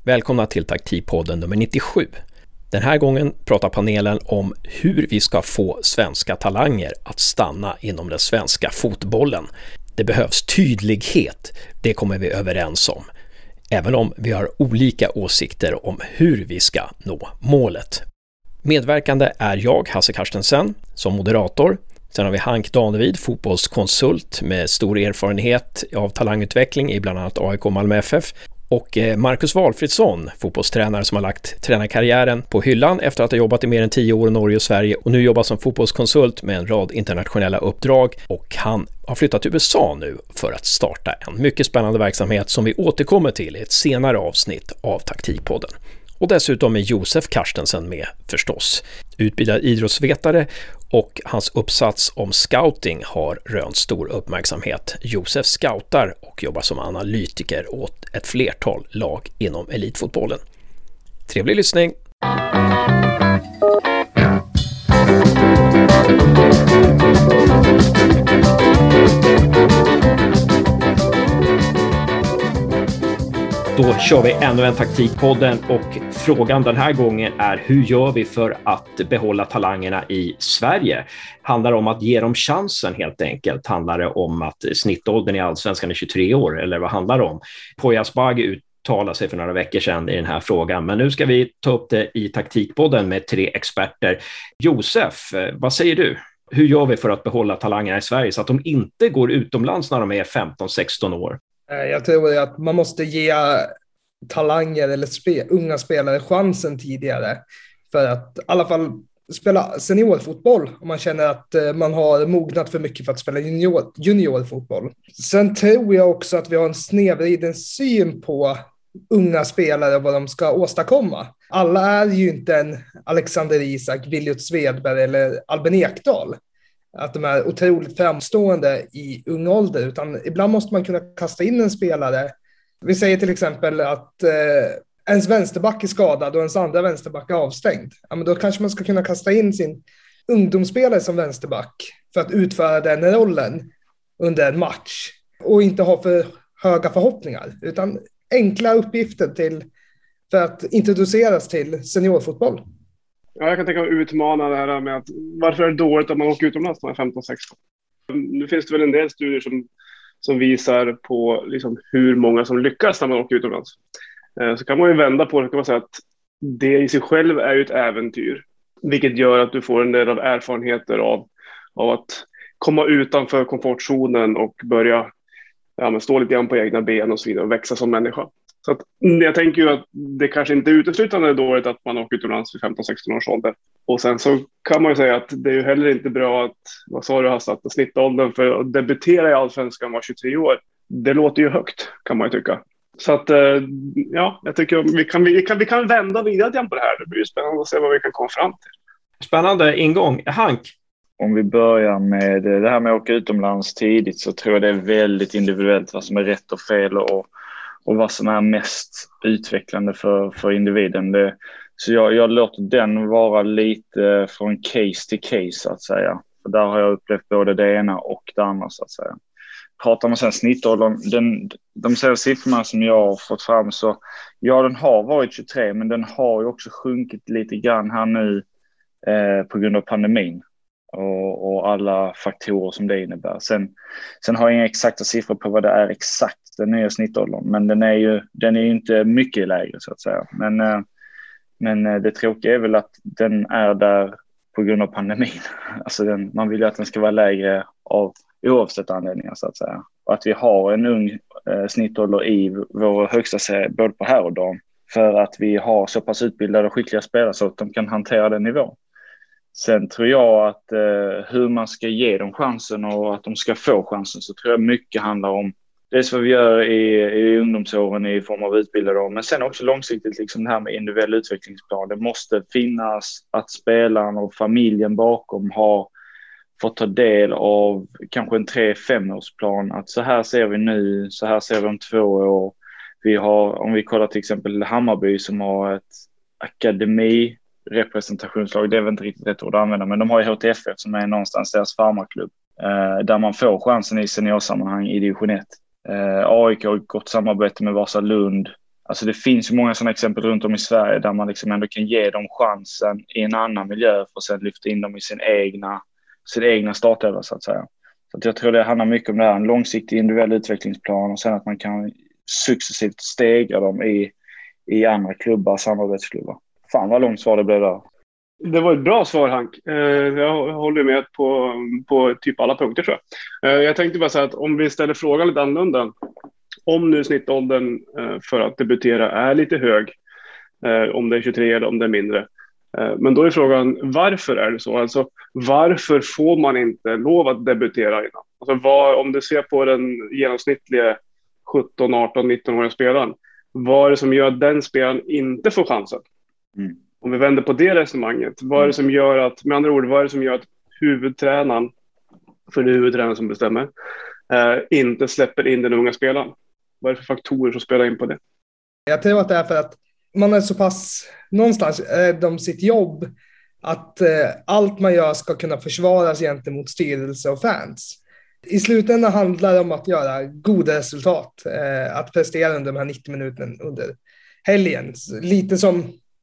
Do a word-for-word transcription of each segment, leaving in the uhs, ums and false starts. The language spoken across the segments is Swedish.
Välkomna till Taktikpodden nummer nittiosju. Den här gången pratar panelen om hur vi ska få svenska talanger att stanna inom den svenska fotbollen. Det behövs tydlighet, det kommer vi överens om. Även om vi har olika åsikter om hur vi ska nå målet. Medverkande är jag, Hasse Carstensen, som moderator. Sen har vi Hank Danevid, fotbollskonsult med stor erfarenhet av talangutveckling i bland annat A I K Malmö F F. Och Marcus Walfridsson, fotbollstränare som har lagt tränarkarriären på hyllan efter att ha jobbat i mer än tio år i Norge och Sverige och nu jobbar som fotbollskonsult med en rad internationella uppdrag. Och han har flyttat till U S A nu för att starta en mycket spännande verksamhet som vi återkommer till i ett senare avsnitt av Taktikpodden. Och dessutom är Josef Carstensen med förstås. Utbildad idrottsvetare och hans uppsats om scouting har rönt stor uppmärksamhet. Josef scoutar och jobbar som analytiker åt ett flertal lag inom elitfotbollen. Trevlig lyssning! Då kör vi ännu en Taktikpodden och frågan den här gången är: hur gör vi för att behålla talangerna i Sverige? Handlar det om att ge dem chansen helt enkelt? Handlar det om att snittåldern i allsvenskan är tjugotre år? Eller vad handlar det om? Poya Asbaghi uttalade sig för några veckor sedan i den här frågan. Men nu ska vi ta upp det i Taktikpodden med tre experter. Josef, vad säger du? Hur gör vi för att behålla talangerna i Sverige så att de inte går utomlands när de är femton sexton år? Jag tror att man måste ge talanger eller spe, unga spelare chansen tidigare för att i alla fall spela seniorfotboll om man känner att man har mognat för mycket för att spela junior, juniorfotboll. Sen tror jag också att vi har en snedvriden syn på unga spelare och vad de ska åstadkomma. Alla är ju inte en Alexander Isak, Williot Svedberg eller Albin Ekdal. Att de är otroligt framstående i ung ålder, utan ibland måste man kunna kasta in en spelare. Vi säger till exempel att eh, ens vänsterback är skadad och ens andra vänsterback är avstängd. Ja, men då kanske man ska kunna kasta in sin ungdomsspelare som vänsterback för att utföra den rollen under en match och inte ha för höga förhoppningar, utan enkla uppgifter till, för att introduceras till seniorfotboll. Ja, jag kan tänka mig utmana det här med att varför är det dåligt att man åker utomlands när man är femton sexton? Nu finns det väl en del studier som, som visar på liksom hur många som lyckas när man åker utomlands. Så kan man ju vända på det, kan man säga att det i sig själv är ju ett äventyr. Vilket gör att du får en del av erfarenheter av, av att komma utanför komfortzonen och börja ja, men stå lite grann på egna ben och så vidare och växa som människa. Så att, jag tänker ju att det kanske inte är uteslutande dåligt att man åker utomlands vid femton sexton års ålder. Och sen så kan man ju säga att det är ju heller inte bra att, vad sa du Hasse, att snittåldern för att debutera i allsvenskan var tjugotre år. Det låter ju högt, kan man ju tycka. Så att, ja, jag tycker vi kan, vi kan, vi kan vända vidare på det här. Det blir ju spännande att se vad vi kan komma fram till. Spännande ingång. Hank? Om vi börjar med det här med att åka utomlands tidigt, så tror jag det är väldigt individuellt vad som är rätt och fel och och vad som är mest utvecklande för, för individen. Det, så jag, jag låter den vara lite från case till case så att säga. För där har jag upplevt både det ena och det andra så att säga. Pratar man sen snittåldern, den, de säger siffrorna som jag har fått fram, så ja, den har varit tjugotre, men den har ju också sjunkit lite grann här nu eh, på grund av pandemin. Och, och alla faktorer som det innebär. Sen, sen har jag inga exakta siffror på vad det är exakt den nya snittåldern, men den är ju den är ju inte mycket lägre så att säga. Men, men det tråkiga är väl att den är där på grund av pandemin. Alltså den, man vill ju att den ska vara lägre av oavsett anledningar så att säga. Och att vi har en ung eh, snittålder i vår högsta serie både på här och dam, för att vi har så pass utbildade och skickliga spelare så att de kan hantera den nivån. Sen tror jag att eh, hur man ska ge dem chansen och att de ska få chansen, så tror jag mycket handlar om dels vad vi gör i, i ungdomsåren i form av utbildare, men sen också långsiktigt liksom det här med individuell utvecklingsplan. Det måste finnas att spelaren och familjen bakom har fått ta del av kanske en tre-femårsplan. Att så här ser vi nu, så här ser vi om två år. Vi har, om vi kollar till exempel Hammarby som har ett akademi representationslag, det är väl inte riktigt rätt ord att använda, men de har ju H T F F som är någonstans deras farmaklubb eh, där man får chansen i seniorsammanhang i division ett. Eh, A I K har gott samarbete med Vasalund, Alltså det finns ju många sådana exempel runt om i Sverige där man liksom ändå kan ge dem chansen i en annan miljö för att sedan lyfta in dem i sin egna, sin egna startelva så att säga. Så att jag tror det handlar mycket om det här, en långsiktig individuell utvecklingsplan och sen att man kan successivt stega dem i, i andra klubbar, samarbetsklubbar. Fan vad långt svar det blev där. Det var ett bra svar, Hank. Jag håller med på, på typ alla punkter, tror jag. Jag tänkte bara säga att om vi ställer frågan lite annorlunda. Om nu snittåldern för att debutera är lite hög, om det är tjugotre eller om det är mindre. Men då är frågan, varför är det så? Alltså, varför får man inte lov att debutera innan? Alltså, vad, om du ser på den genomsnittliga sjutton, arton, nitton-åriga spelaren, vad är det som gör att den spelaren inte får chansen? Mm. Om vi vänder på det resonemanget, vad är det som gör att, med andra ord, vad är det som gör att huvudtränaren, för det är huvudtränaren som bestämmer, eh, inte släpper in den unga spelaren? Vad är det för faktorer som spelar in på det? Jag tror att det är för att man är så pass någonstans rädd om sitt jobb att eh, allt man gör ska kunna försvaras gentemot styrelse och fans. I slutändan handlar det om att göra goda resultat, eh, att prestera under de här nittio minuterna under helgen. Lite som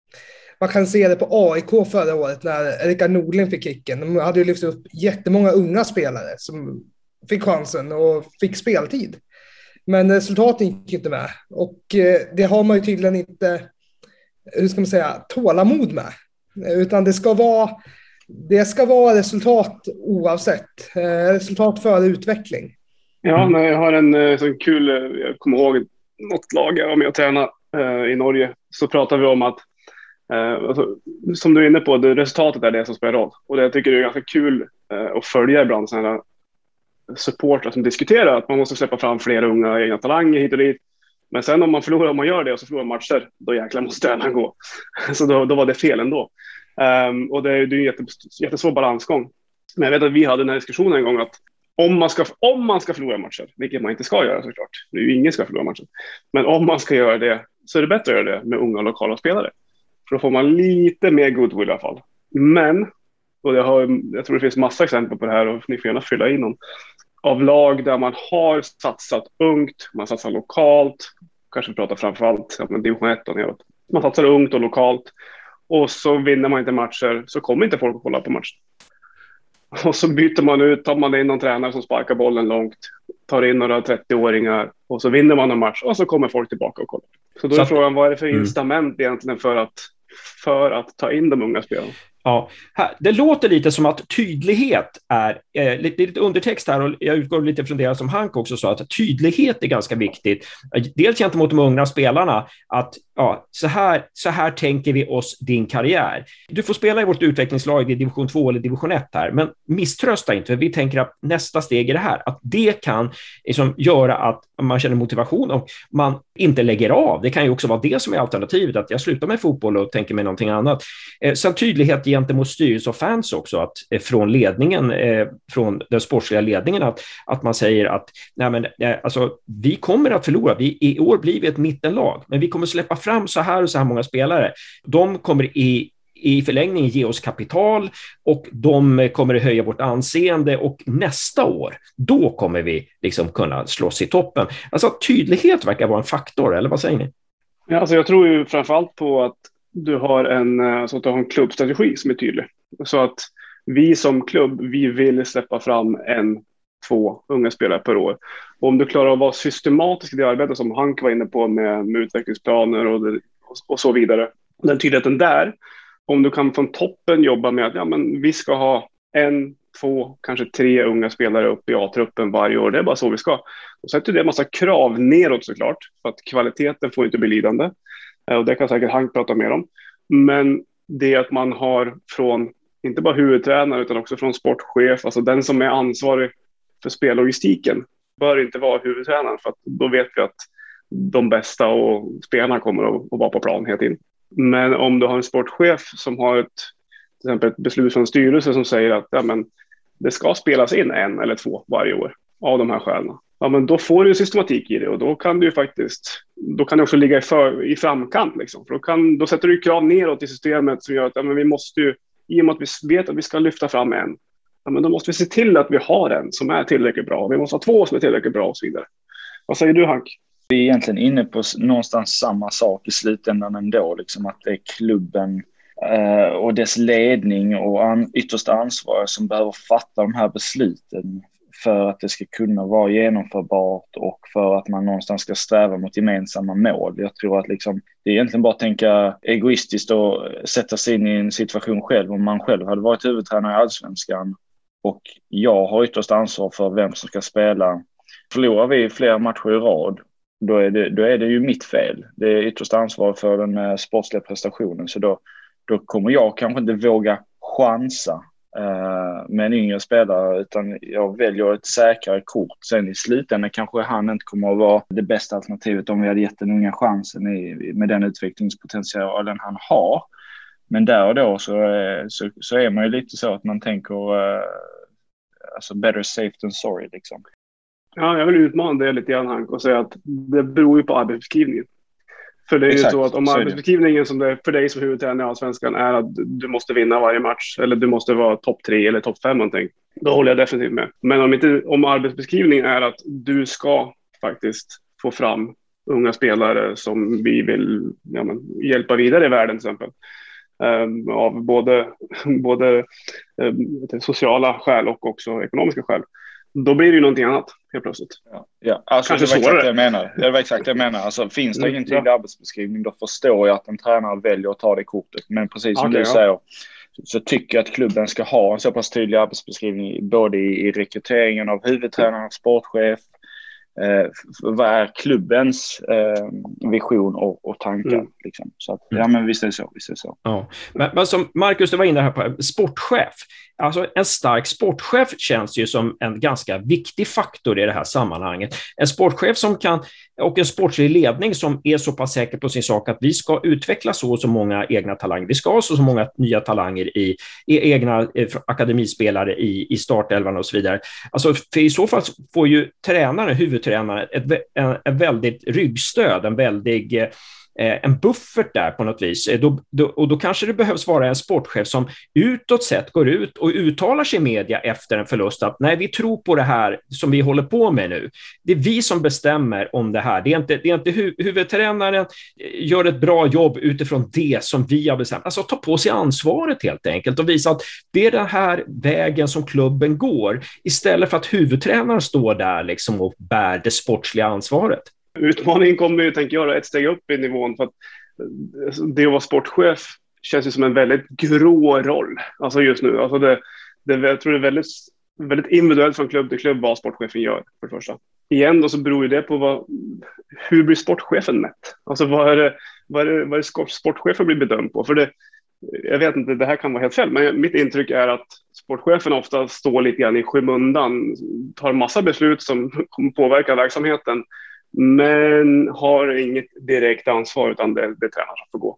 man kan se det på A I K förra året när Rickard Nordling fick kicken. De hade ju lyft upp jättemånga unga spelare som fick chansen och fick speltid. Men resultatet gick inte med. Och eh, det har man ju tydligen inte, hur ska man säga, tålamod med. Utan det ska vara, det ska vara resultat oavsett. Eh, resultat före utveckling. Ja, när jag har en eh, sån kul, jag kommer ihåg något lag jag var med och tränade eh, i Norge. Så pratar vi om att, eh, alltså, som du är inne på, det, resultatet är det som spelar roll. Och det jag tycker det är ganska kul eh, att följa ibland sådana här supportrar som diskuterar att man måste släppa fram fler unga egna talanger hit och dit. Men sen om man förlorar, om man gör det och så förlorar matcher, då jäklar måste tränaren gå. Så då, då var det fel ändå. Um, och det är ju en jätte, jättesvår balansgång. Men jag vet att vi hade den här diskussionen en gång att om man ska, om man ska förlora matcher, vilket man inte ska göra såklart, det är ju ingen ska förlora matcher, men om man ska göra det så är det bättre att göra det med unga lokala spelare. För då får man lite mer goodwill i alla fall. Men, och jag, har, jag tror det finns massa exempel på det här och ni får gärna fylla in dem, av lag där man har satsat ungt, man satsar lokalt, kanske pratar framförallt ja, men division ett och neråt. Man satsar ungt och lokalt och så vinner man inte matcher, så kommer inte folk att kolla på matchen. Och så byter man ut, tar man in någon tränare som sparkar bollen långt, tar in några trettio-åringar och så vinner man en match och så kommer folk tillbaka och kollar. Så då är så frågan, vad är det för mm. incitament egentligen för att, för att ta in de unga spelarna? Ja, här, det låter lite som att tydlighet är, eh, lite, lite undertext här och jag utgår lite från det som Hank också sa, att tydlighet är ganska viktigt. Dels gentemot de unga spelarna, att ja, så, här, så här tänker vi oss din karriär. Du får spela i vårt utvecklingslag i division två eller division ett här, men misströsta inte, för vi tänker att nästa steg är det här, att det kan liksom göra att man känner motivation och man inte lägger av. Det kan ju också vara det som är alternativet, att jag slutar med fotboll och tänker mig någonting annat. Eh, sen tydlighet gentemot styrelse och fans också, att eh, från ledningen, eh, från den sportsliga ledningen, att, att man säger att nej men, eh, alltså, vi kommer att förlora. Vi, i år blir vi ett mittenlag, men vi kommer släppa fram så här och så här många spelare. De kommer i i förlängning ge oss kapital och de kommer att höja vårt anseende och nästa år, då kommer vi liksom kunna slåss i toppen. Alltså tydlighet verkar vara en faktor, eller vad säger ni? Ja, alltså jag tror ju framförallt på att du har en, så att du har en klubbstrategi som är tydlig. Så att vi som klubb, vi vill släppa fram en, två unga spelare per år. Och om du klarar att vara systematisk i det arbetet som Hank var inne på med, med utvecklingsplaner och, det, och så vidare. Den tydligheten där, om du kan från toppen jobba med att ja, men vi ska ha en, två, kanske tre unga spelare upp i A-truppen varje år. Det är bara så vi ska. Och sätter det en massa krav neråt såklart. För att kvaliteten får inte bli lidande. Och det kan säkert Hank prata mer om. Men det att man har från, inte bara huvudtränare utan också från sportchef. Alltså den som är ansvarig för spellogistiken bör inte vara huvudtränaren. För att då vet vi att de bästa och spelarna kommer att, att vara på plan hela tiden. Men om du har en sportchef som har ett, till exempel ett beslut från styrelse som säger att ja, men det ska spelas in en eller två varje år av de här stjärnorna. Ja, men då får du systematik i det och då kan du ju faktiskt, då kan du också ligga i, för, i framkant. Liksom. För då, kan, då sätter du krav neråt i systemet som gör att ja, men vi måste ju, i och med att vi vet att vi ska lyfta fram en, ja, men då måste vi se till att vi har en som är tillräckligt bra. Vi måste ha två som är tillräckligt bra och så vidare. Vad säger du, Hank? Vi är egentligen inne på någonstans samma sak i slutändan ändå, liksom att det är klubben eh, och dess ledning och an, yttersta ansvar som behöver fatta de här besluten för att det ska kunna vara genomförbart och för att man någonstans ska sträva mot gemensamma mål. Jag tror att liksom, det är egentligen bara att tänka egoistiskt och sätta sig in i en situation själv. Om man själv hade varit huvudtränare i Allsvenskan och jag har ytterst ansvar för vem som ska spela. Förlorar vi flera matcher i rad, då är det, då är det ju mitt fel. Det är ytterst ansvar för den sportsliga prestationen. Så då, då kommer jag kanske inte våga chansa med en yngre spelare, utan jag väljer ett säkrare kort. Sen i slutändan kanske han inte kommer att vara det bästa alternativet om vi hade gett den unga chansen i, med den utvecklingspotentialen han har. Men där och då så, så, så är man ju lite så att man tänker uh, alltså better safe than sorry liksom. Ja, jag vill utmana det lite grann, Hank, och säga att det beror ju på arbetsbeskrivningen. För det är Exakt, ju så att om arbetsbeskrivningen som det är för dig som huvudtränare i Allsvenskan är att du måste vinna varje match eller du måste vara topp tre eller topp fem någonting, då håller jag definitivt med. Men om, inte, om arbetsbeskrivningen är att du ska faktiskt få fram unga spelare som vi vill ja, men, hjälpa vidare i världen till exempel, um, av både, både um, sociala skäl och också ekonomiska skäl, då blir det ju någonting annat helt plötsligt. Ja, ja. Alltså, det var exakt det jag menar. Det var exakt det jag menar. Alltså, finns det ingen tydlig arbetsbeskrivning, då förstår jag att en tränare väljer att ta det kortet. Men precis som okay, du ja. säger, så tycker jag att klubben ska ha en så pass tydlig arbetsbeskrivning både i, i rekryteringen av huvudtränare, sportchef. Eh, vad är klubbens eh, vision och, och tankar mm. liksom. Så att, ja men visst är det så, visst är det så. Ja. Men, men som Marcus, du var inne här på sportchef, alltså en stark sportchef känns ju som en ganska viktig faktor i det här sammanhanget. En sportchef som kan, och en sportslig ledning som är så pass säker på sin sak att vi ska utveckla så och så många egna talanger, vi ska ha så, så många nya talanger i, i egna eh, akademispelare i, i startelvan och så vidare. Alltså för i så fall får ju tränaren, huvudtränaren ett, en, en väldigt ryggstöd, en väldigt eh, en buffert där på något vis. Då, då, och då kanske det behövs vara en sportchef som utåt sett går ut och uttalar sig i media efter en förlust att nej, vi tror på det här som vi håller på med nu. Det är vi som bestämmer om det här. Det är inte, det är inte hu- huvudtränaren gör ett bra jobb utifrån det som vi har bestämt. Alltså ta på sig ansvaret helt enkelt och visa att det är den här vägen som klubben går istället för att huvudtränaren står där liksom och bär det sportsliga ansvaret. Utmaningen kommer ju, tänker jag, ett steg upp i nivån, för att det att vara sportchef känns ju som en väldigt grå roll. Alltså just nu. Alltså det, det, jag tror det är väldigt, väldigt individuellt från klubb till klubb vad sportchefen gör, för det första. Igen då så beror ju det på vad, hur blir sportchefen mätt? Alltså vad är det, vad är det, vad är det sportchefen blir bedömd på? För det, jag vet inte, det här kan vara helt fel, men mitt intryck är att sportchefen ofta står lite grann i skymundan, tar massa beslut som kommer påverka verksamheten, men har inget direkt ansvar, utan det, det tränar som får gå.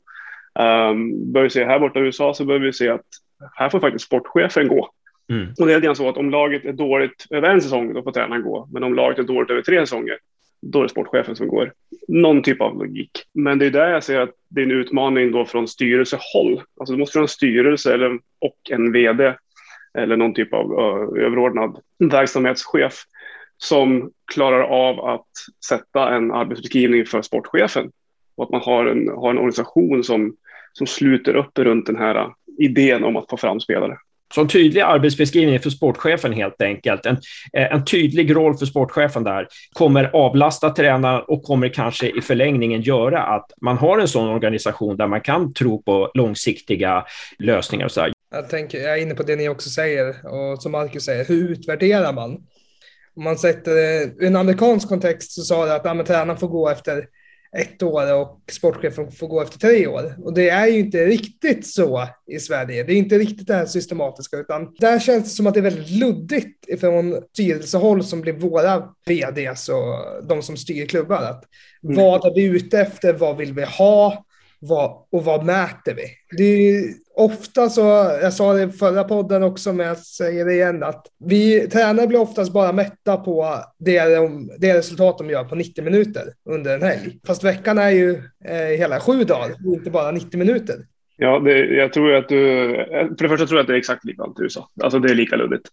Um, bör vi se här borta i U S A, så bör vi se att här får faktiskt sportchefen gå. Mm. Och det är lite så att om laget är dåligt över en säsong, då får tränaren gå. Men om laget är dåligt över tre säsonger, då är det sportchefen som går. Någon typ av logik. Men det är där jag ser att det är en utmaning då från styrelsehåll. Alltså det måste vara en styrelse eller, och en vd eller någon typ av uh, överordnad verksamhetschef som klarar av att sätta en arbetsbeskrivning för sportchefen. Och att man har en, har en organisation som, som sluter upp runt den här idén om att få fram spelare. Så en tydlig arbetsbeskrivning för sportchefen helt enkelt. En, en tydlig roll för sportchefen där kommer avlasta tränaren och kommer kanske i förlängningen göra att man har en sån organisation där man kan tro på långsiktiga lösningar. Och så här. Jag, tänker, jag är inne på det ni också säger och som Marcus säger, hur utvärderar man? Om man sätter i en amerikansk kontext så sa det att ja, tränaren får gå efter ett år och sportchefen får gå efter tre år. Och det är ju inte riktigt så i Sverige. Det är inte riktigt det här systematiska, utan där känns det som att det är väldigt luddigt ifrån styrelsehåll som blir våra vds och de som styr klubbar. Att mm. Vad är vi ute efter? Vad vill vi ha? Vad, och vad mäter vi? Det är ofta så, jag sa det i förra podden också, men jag säger det igen, att vi tränare blir oftast bara mätta på det, det resultat de gör på nittio minuter under en helg. Fast veckan är ju eh, hela sju dagar, inte bara nittio minuter. Ja, det, jag tror att du... För det första tror jag att det är exakt likadant du sa. Alltså det är lika luddigt.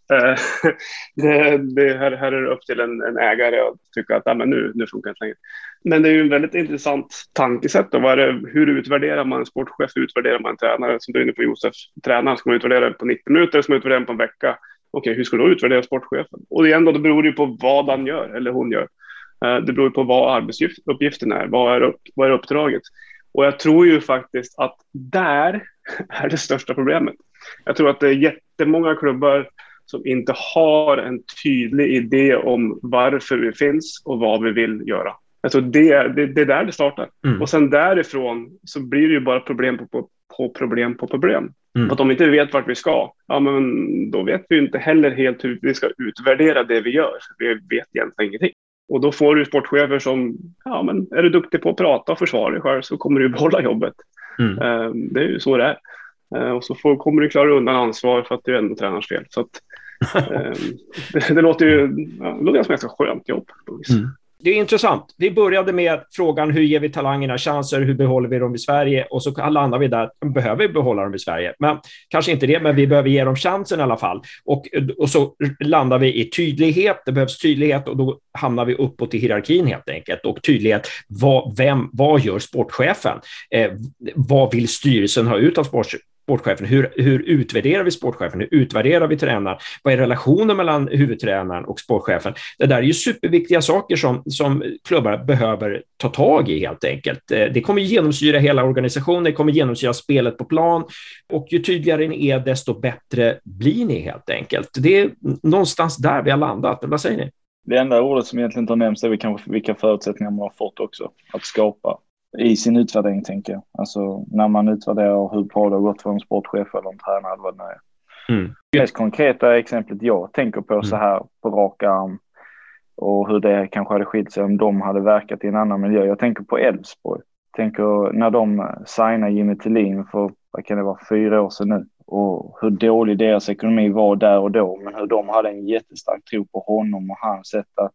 det, det här, här är det upp till en, en ägare att tycka att ah, men nu, nu funkar det inte längre. Men det är ju en väldigt intressant tankesätt. Och vad är det, hur utvärderar man en sportchef? Hur utvärderar man en tränare? Som du är inne på, Josef. Tränaren ska man utvärdera på nittio minuter, ska man utvärdera på en vecka. Okej, hur ska du utvärdera sportchefen? Och igen då, det beror ju på vad han gör eller hon gör. Det beror på vad arbetsuppgiften är. Vad är, upp, vad är uppdraget? Och jag tror ju faktiskt att där är det största problemet. Jag tror att det är jättemånga klubbar som inte har en tydlig idé om varför vi finns och vad vi vill göra. Jag tror det, det, det är där det startar. Mm. Och sen därifrån så blir det ju bara problem på, på, på problem på problem. Mm. Att om vi inte vet vart vi ska, ja men då vet vi ju inte heller helt hur vi ska utvärdera det vi gör. Vi vet egentligen ingenting. Och då får du sportchefer som, ja men är du duktig på att prata och försvara dig själv så kommer du behålla jobbet. Mm. Uh, det är ju så det är. Uh, och så får, kommer du klara undan ansvar för att det är ändå tränars fel. Så att, uh, det, det låter ju ja, det låter som ett ganska skönt jobb. Mm. Det är intressant. Vi började med frågan hur ger vi talangerna chanser, hur behåller vi dem i Sverige, och så landar vi där, behöver vi behålla dem i Sverige? Men kanske inte det, men vi behöver ge dem chansen i alla fall. Och, och så landar vi i tydlighet, det behövs tydlighet, och då hamnar vi uppåt i hierarkin helt enkelt. Och tydlighet, vad, vem, vad gör sportchefen? Eh, vad vill styrelsen ha ut av sportchefen? Sportchefen. Hur, hur utvärderar vi sportchefen? Hur utvärderar vi tränaren? Vad är relationen mellan huvudtränaren och sportchefen? Det där är ju superviktiga saker som, som klubbar behöver ta tag i helt enkelt. Det kommer genomsyra hela organisationen, det kommer genomsyra spelet på plan, och ju tydligare ni är desto bättre blir ni helt enkelt. Det är någonstans där vi har landat. Vad säger ni? Det enda ordet som egentligen inte har nämnts är kanske vilka förutsättningar man har fått också att skapa i sin utvärdering, tänker jag. Alltså när man utvärderar hur bra det har gått för en sportchef eller en tränare eller vad det är. Mm. Det mest konkreta exemplet jag tänker på mm. så här på rak arm, och hur det kanske hade skilt sig om de hade verkat i en annan miljö. Jag tänker på Elfsborg. Tänker när de signade Jimmy Tillin för, vad kan det vara, fyra år sedan nu. Och hur dålig deras ekonomi var där och då. Men hur de hade en jättestark tro på honom och hans sätt att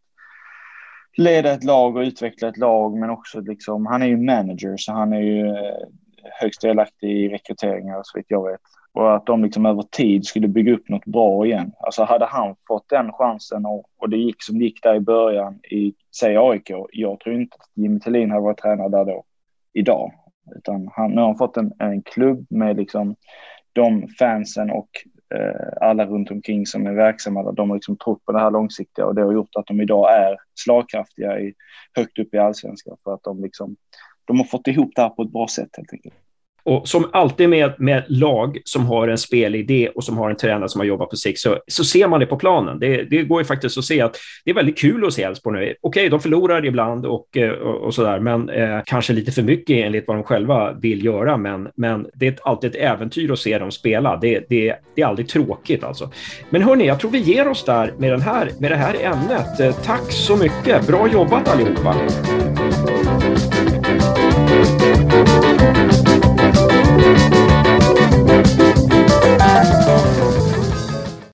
leda ett lag och utveckla ett lag, men också liksom, han är ju manager så han är ju högst delaktig i rekryteringar så vitt jag vet. Och att de liksom över tid skulle bygga upp något bra igen. Alltså hade han fått den chansen och, och det gick som det gick där i början i, säg A I K, jag tror inte att Jimmy Tillin hade varit tränare där då idag. Utan han, nu har han fått en, en klubb med liksom de fansen och alla runt omkring som är verksamma där, de har liksom trott på det här långsiktiga, och det har gjort att de idag är slagkraftiga i, högt upp i allsvenskan, för att de liksom de har fått ihop det här på ett bra sätt helt enkelt. Och som alltid med, med lag som har en spelidé och som har en tränare som har jobbat på sig, så, så ser man det på planen. Det, det går ju faktiskt att se att det är väldigt kul att se Elfsborg nu. Okej, de förlorar ibland och, och, och sådär, men eh, kanske lite för mycket enligt vad de själva vill göra. Men, men det är alltid ett äventyr att se dem spela. Det, det, det är aldrig tråkigt alltså. Men hörni, jag tror vi ger oss där med, den här, med det här ämnet. Eh, tack så mycket. Bra jobbat allihopa.